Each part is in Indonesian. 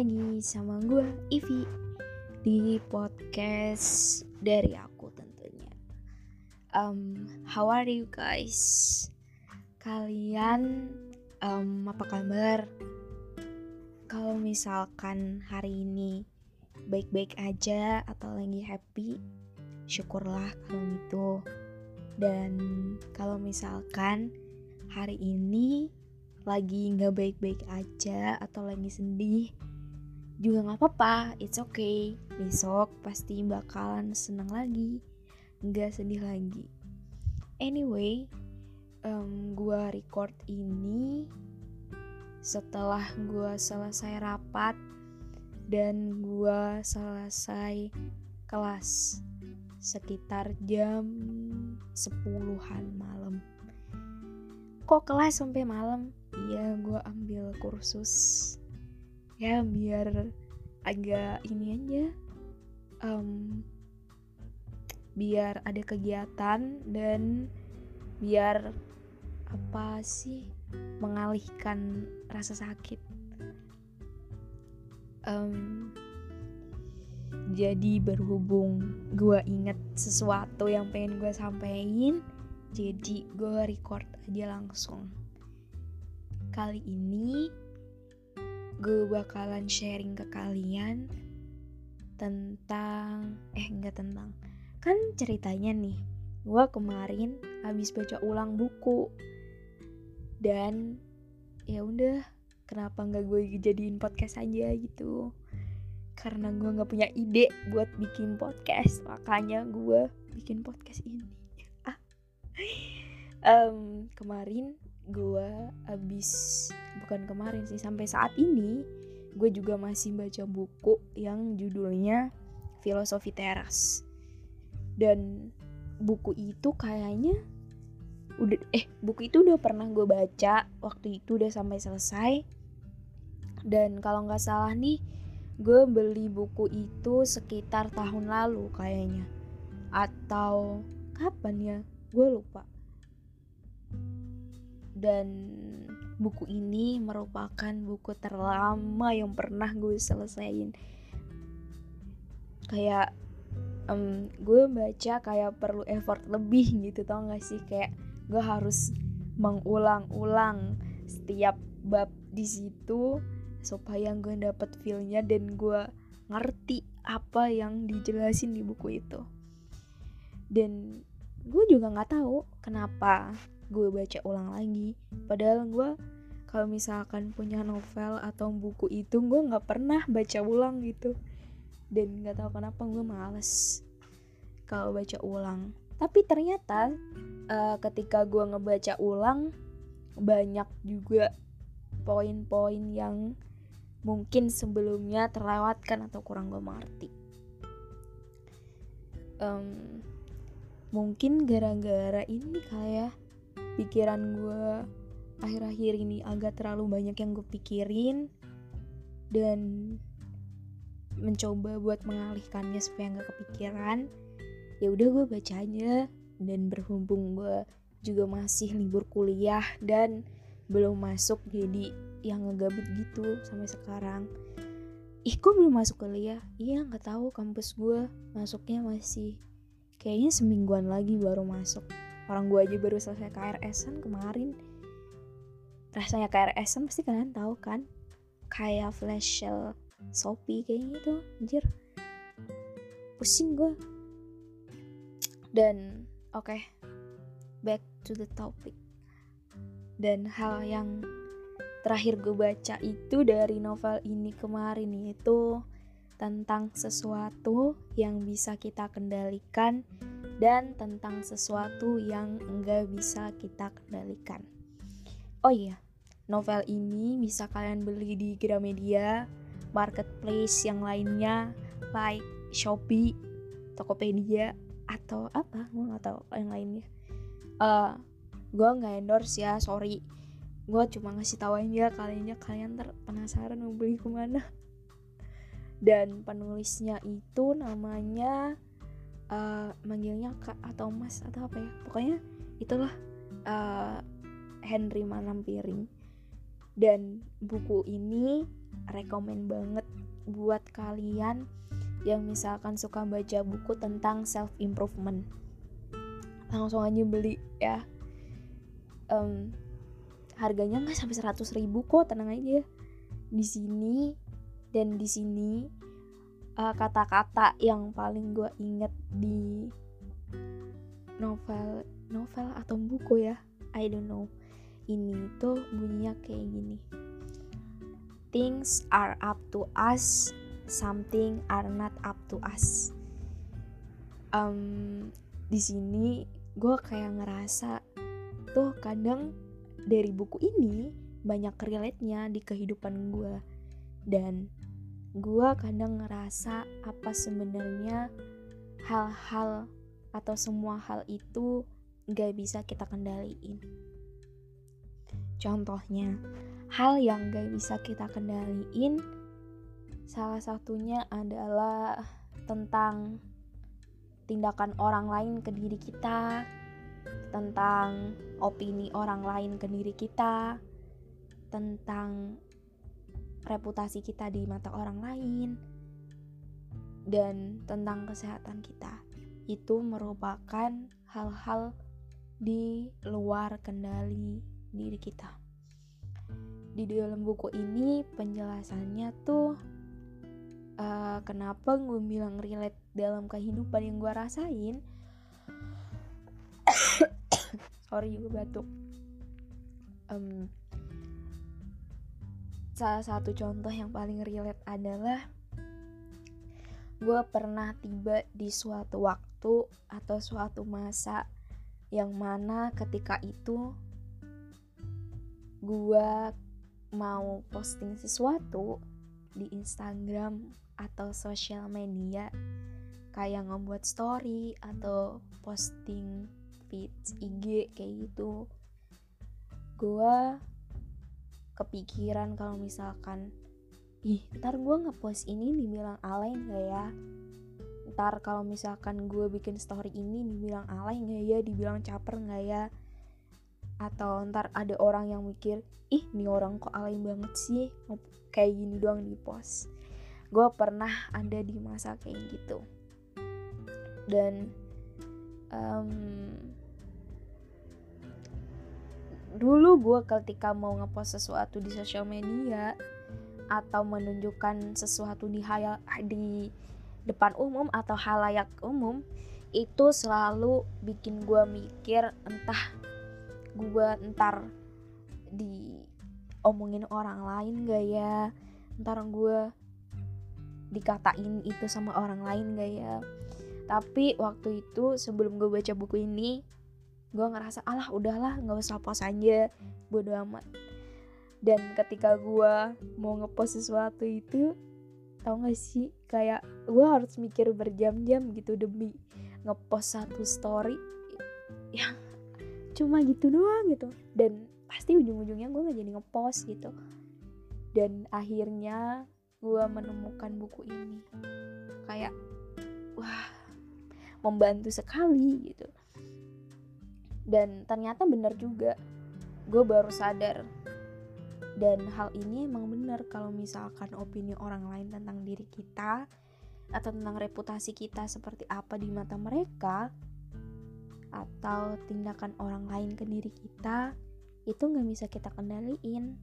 lagi sama gue Ivi di podcast dari aku tentunya. How are you guys? Kalian apa kabar? Kalau misalkan hari ini baik-baik aja atau lagi happy, syukurlah kalau gitu. Dan kalau misalkan hari ini lagi gak baik-baik aja atau lagi sedih, juga gak apa-apa, it's okay. Besok pasti bakalan seneng lagi, gak sedih lagi. Anyway, gue record ini setelah gue selesai rapat dan gue selesai kelas sekitar jam 10-an malam. Kok kelas sampai malam? Iya, gue ambil kursus ya biar agak ini aja, biar ada kegiatan dan biar mengalihkan rasa sakit. Jadi berhubung gue inget sesuatu yang pengen gue sampein, jadi gue record aja langsung. Kali ini gue bakalan sharing ke kalian kan ceritanya nih, gue kemarin habis baca ulang buku dan ya udah, kenapa nggak gue jadiin podcast aja gitu? Karena gue nggak punya ide buat bikin podcast, makanya gue bikin podcast ini. Sampai saat ini gue juga masih baca buku yang judulnya Filosofi Teras. Dan buku itu udah pernah gue baca, waktu itu udah sampai selesai. Dan kalau nggak salah nih, gue beli buku itu sekitar tahun lalu kayaknya, atau kapan ya, gue lupa. Dan buku ini merupakan buku terlama yang pernah gue selesain. Kayak gue baca kayak perlu effort lebih gitu, tau gak sih? Kayak gue harus mengulang-ulang setiap bab di situ supaya gue dapet feel-nya dan gue ngerti apa yang dijelasin di buku itu. Dan gue juga nggak tahu kenapa gue baca ulang lagi, padahal gue kalau misalkan punya novel atau buku itu gue nggak pernah baca ulang gitu. Dan nggak tahu kenapa gue males kalau baca ulang. Tapi ternyata ketika gue ngebaca ulang, banyak juga poin-poin yang mungkin sebelumnya terlewatkan atau kurang gue mengerti. Mungkin gara-gara ini kayak pikiran gue akhir-akhir ini agak terlalu banyak yang gue pikirin dan mencoba buat mengalihkannya supaya gak kepikiran. Ya udah, gue baca aja. Dan berhubung gue juga masih libur kuliah dan belum masuk, jadi yang ngegabut gitu sampai sekarang. Kok belum masuk kuliah? Iya, nggak tahu, kampus gue masuknya masih kayaknya semingguan lagi baru masuk. Orang gue aja baru selesai KRS-an kemarin. Rasanya KRS-an pasti kalian tahu kan? Kayak flash sale Shopee kayak gitu, anjir. Pusing gue. Dan oke, back to the topic. Dan hal yang terakhir gue baca itu dari novel ini kemarin, yaitu tentang sesuatu yang bisa kita kendalikan dan tentang sesuatu yang enggak bisa kita kendalikan. Oh iya, novel ini bisa kalian beli di Gramedia, marketplace yang lainnya like Shopee, Tokopedia, atau apa, gue gak tahu yang lainnya. Gue gak endorse ya, sorry. Gue cuma ngasih tahu aja, kalian penasaran mau beli kemana. Dan penulisnya itu namanya manggilnya Kak atau Mas atau apa ya, pokoknya itulah Henry Manampiring. Dan buku ini rekomen banget buat kalian yang misalkan suka baca buku tentang self improvement. Langsung aja beli ya. Harganya nggak sampai 100.000 kok, tenang aja. Di sini kata-kata yang paling gue inget di novel atau buku ya, I don't know, ini tuh bunyinya kayak gini: things are up to us, something are not up to us. Di sini gue kayak ngerasa tuh kadang dari buku ini banyak relate-nya di kehidupan gue, dan gue kadang ngerasa apa sebenarnya hal-hal atau semua hal itu gak bisa kita kendaliin. Contohnya, hal yang gak bisa kita kendaliin salah satunya adalah tentang tindakan orang lain ke diri kita, tentang opini orang lain ke diri kita, tentang reputasi kita di mata orang lain, dan tentang kesehatan kita. Itu merupakan hal-hal di luar kendali diri kita. Di dalam buku ini penjelasannya tuh kenapa gue bilang relate dalam kehidupan yang gue rasain. Sorry, gue batuk. Salah satu contoh yang paling relate adalah gue pernah tiba di suatu waktu atau suatu masa yang mana ketika itu gue mau posting sesuatu di Instagram atau sosial media, kayak ngebuat story atau posting feeds IG kayak gitu. Gue kepikiran kalau misalkan ntar gue ngepost ini dibilang alay gak ya, ntar kalau misalkan gue bikin story ini dibilang alay gak ya, dibilang caper gak ya, atau ntar ada orang yang mikir nih orang kok alay banget sih kayak gini doang di post. Gue pernah ada di masa kayak gitu, dan dulu gue ketika mau ngepost sesuatu di sosial media atau menunjukkan sesuatu di depan umum atau halayak umum, itu selalu bikin gue mikir entah gue ntar diomongin orang lain gak ya, ntar gue dikatain itu sama orang lain gak ya. Tapi waktu itu sebelum gue baca buku ini, gue ngerasa alah udahlah gak usah post aja, bodo amat. Dan ketika gue mau ngepost sesuatu itu, tau gak sih, kayak gue harus mikir berjam-jam gitu demi ngepost satu story yang cuma gitu doang gitu, dan pasti ujung-ujungnya gue gak jadi ngepost gitu. Dan akhirnya gue menemukan buku ini, kayak wah, membantu sekali gitu. Dan ternyata benar juga, gue baru sadar. Dan hal ini emang benar kalau misalkan opini orang lain tentang diri kita atau tentang reputasi kita seperti apa di mata mereka, atau tindakan orang lain ke diri kita, itu gak bisa kita kendaliin.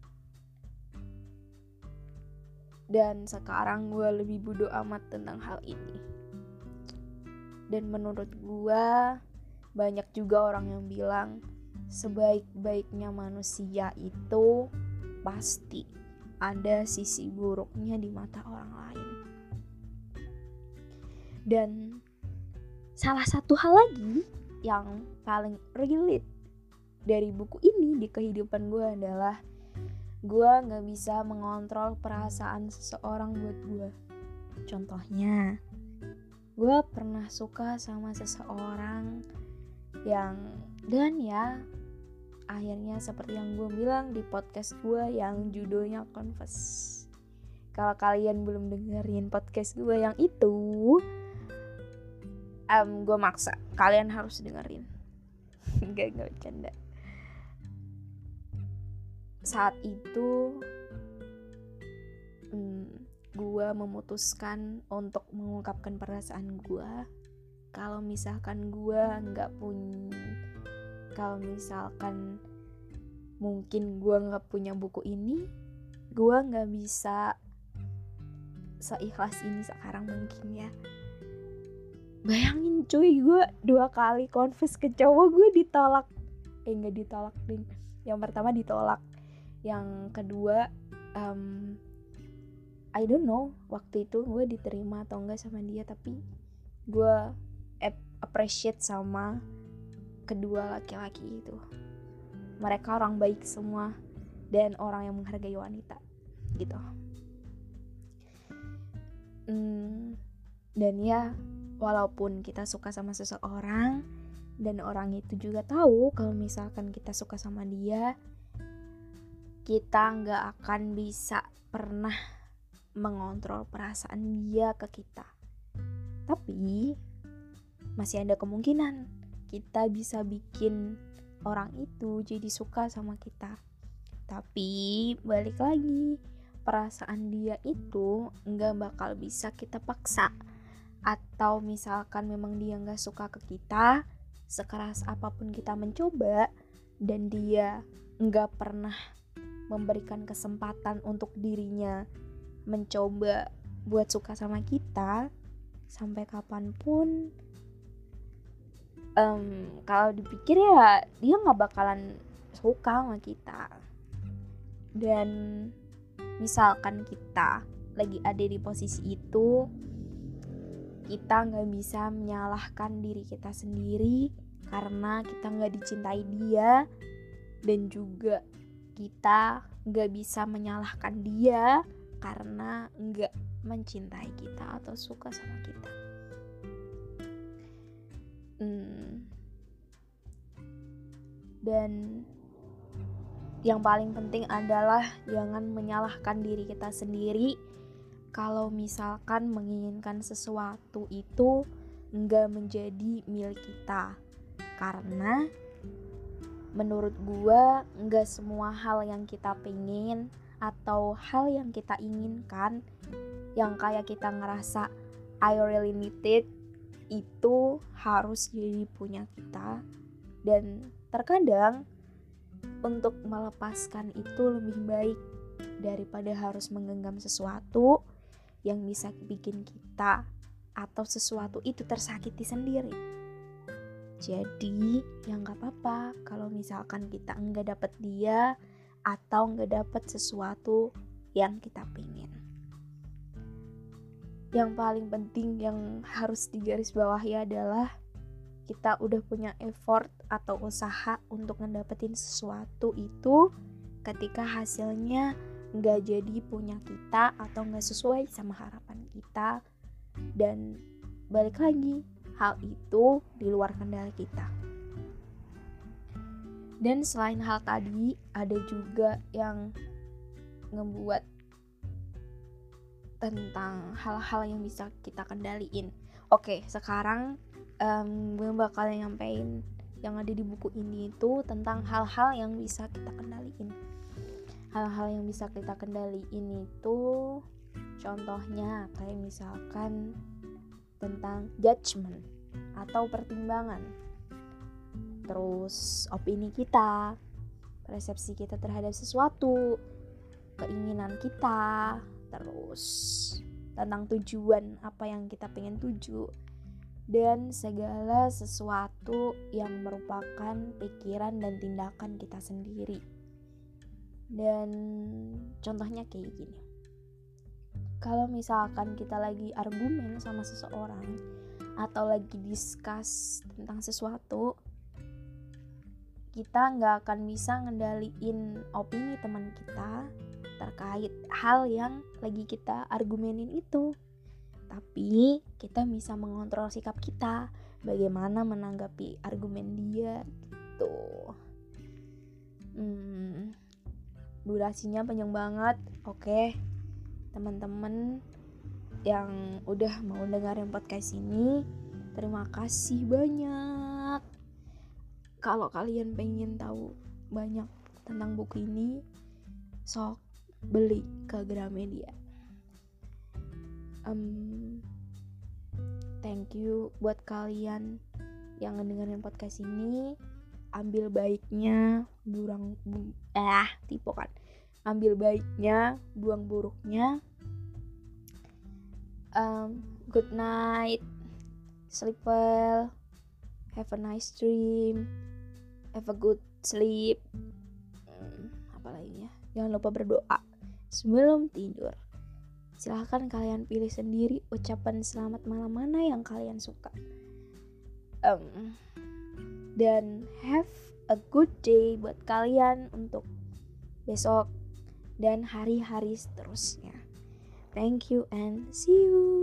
Dan sekarang gue lebih bodo amat tentang hal ini. Dan menurut gue banyak juga orang yang bilang sebaik-baiknya manusia itu pasti ada sisi buruknya di mata orang lain. Dan salah satu hal lagi yang paling relate dari buku ini di kehidupan gue adalah gue gak bisa mengontrol perasaan seseorang buat gue. Contohnya, gue pernah suka sama seseorang dan akhirnya seperti yang gue bilang di podcast gue yang judulnya Confess. Kalau kalian belum dengerin podcast gue yang itu, gue maksa kalian harus dengerin. Gak bercanda. Saat itu gue memutuskan untuk mengungkapkan perasaan gue. Kalau misalkan mungkin gue nggak punya buku ini, gue nggak bisa seikhlas ini sekarang mungkin ya. Bayangin cuy, gue 2 kali confess ke cowok, gue ditolak. Nggak ditolak ding. Yang pertama ditolak, yang kedua I don't know waktu itu gue diterima atau enggak sama dia, tapi gue appreciate sama kedua laki-laki itu. Mereka orang baik semua dan orang yang menghargai wanita gitu. Dan ya, walaupun kita suka sama seseorang dan orang itu juga tahu kalau misalkan kita suka sama dia, kita nggak akan bisa pernah mengontrol perasaan dia ke kita. Tapi masih ada kemungkinan kita bisa bikin orang itu jadi suka sama kita. Tapi balik lagi, perasaan dia itu nggak bakal bisa kita paksa. Atau misalkan memang dia nggak suka ke kita, sekeras apapun kita mencoba dan dia nggak pernah memberikan kesempatan untuk dirinya mencoba buat suka sama kita, sampai kapanpun kalau dipikir ya dia nggak bakalan suka sama kita. Dan misalkan kita lagi ada di posisi itu, kita nggak bisa menyalahkan diri kita sendiri karena kita nggak dicintai dia, dan juga kita nggak bisa menyalahkan dia karena nggak mencintai kita atau suka sama kita. Dan yang paling penting adalah jangan menyalahkan diri kita sendiri kalau misalkan menginginkan sesuatu itu nggak menjadi milik kita. Karena menurut gua nggak semua hal yang kita pengen atau hal yang kita inginkan, yang kayak kita ngerasa I really need it, itu harus jadi punya kita. Dan terkadang untuk melepaskan itu lebih baik daripada harus menggenggam sesuatu yang bisa bikin kita atau sesuatu itu tersakiti sendiri. Jadi ya gak apa-apa kalau misalkan kita enggak dapet dia atau enggak dapet sesuatu yang kita pengen. Yang paling penting yang harus digarisbawahi adalah kita udah punya effort atau usaha untuk ngedapetin sesuatu itu, ketika hasilnya nggak jadi punya kita atau nggak sesuai sama harapan kita. Dan balik lagi, hal itu di luar kendali kita. Dan selain hal tadi, ada juga yang ngebuat tentang hal-hal yang bisa kita kendaliin. Oke, sekarang gue bakal nyampein yang ada di buku ini itu tentang hal-hal yang bisa kita kendaliin. Hal-hal yang bisa kita kendaliin itu contohnya kayak misalkan tentang judgement atau pertimbangan, terus opini kita, persepsi kita terhadap sesuatu, keinginan kita, terus tentang tujuan apa yang kita pengen tuju, dan segala sesuatu yang merupakan pikiran dan tindakan kita sendiri. Dan contohnya kayak gini, kalau misalkan kita lagi argumen sama seseorang atau lagi discuss tentang sesuatu, kita gak akan bisa ngendaliin opini teman kita terkait hal yang lagi kita argumenin itu. Tapi kita bisa mengontrol sikap kita, bagaimana menanggapi argumen dia gitu. Durasinya panjang banget. Oke, teman-teman yang udah mau dengerin podcast ini, terima kasih banyak. Kalau kalian pengen tahu banyak tentang buku ini, sok beli ke Gramedia. Thank you buat kalian yang ngedengerin podcast ini. Ambil baiknya, ambil baiknya, buang buruknya. Good night, sleep well, have a nice dream, have a good sleep. Apa lainnya? Jangan lupa berdoa sebelum tidur. Silahkan kalian pilih sendiri ucapan selamat malam mana yang kalian suka. Dan have a good day buat kalian untuk besok dan hari-hari seterusnya. Thank you and see you.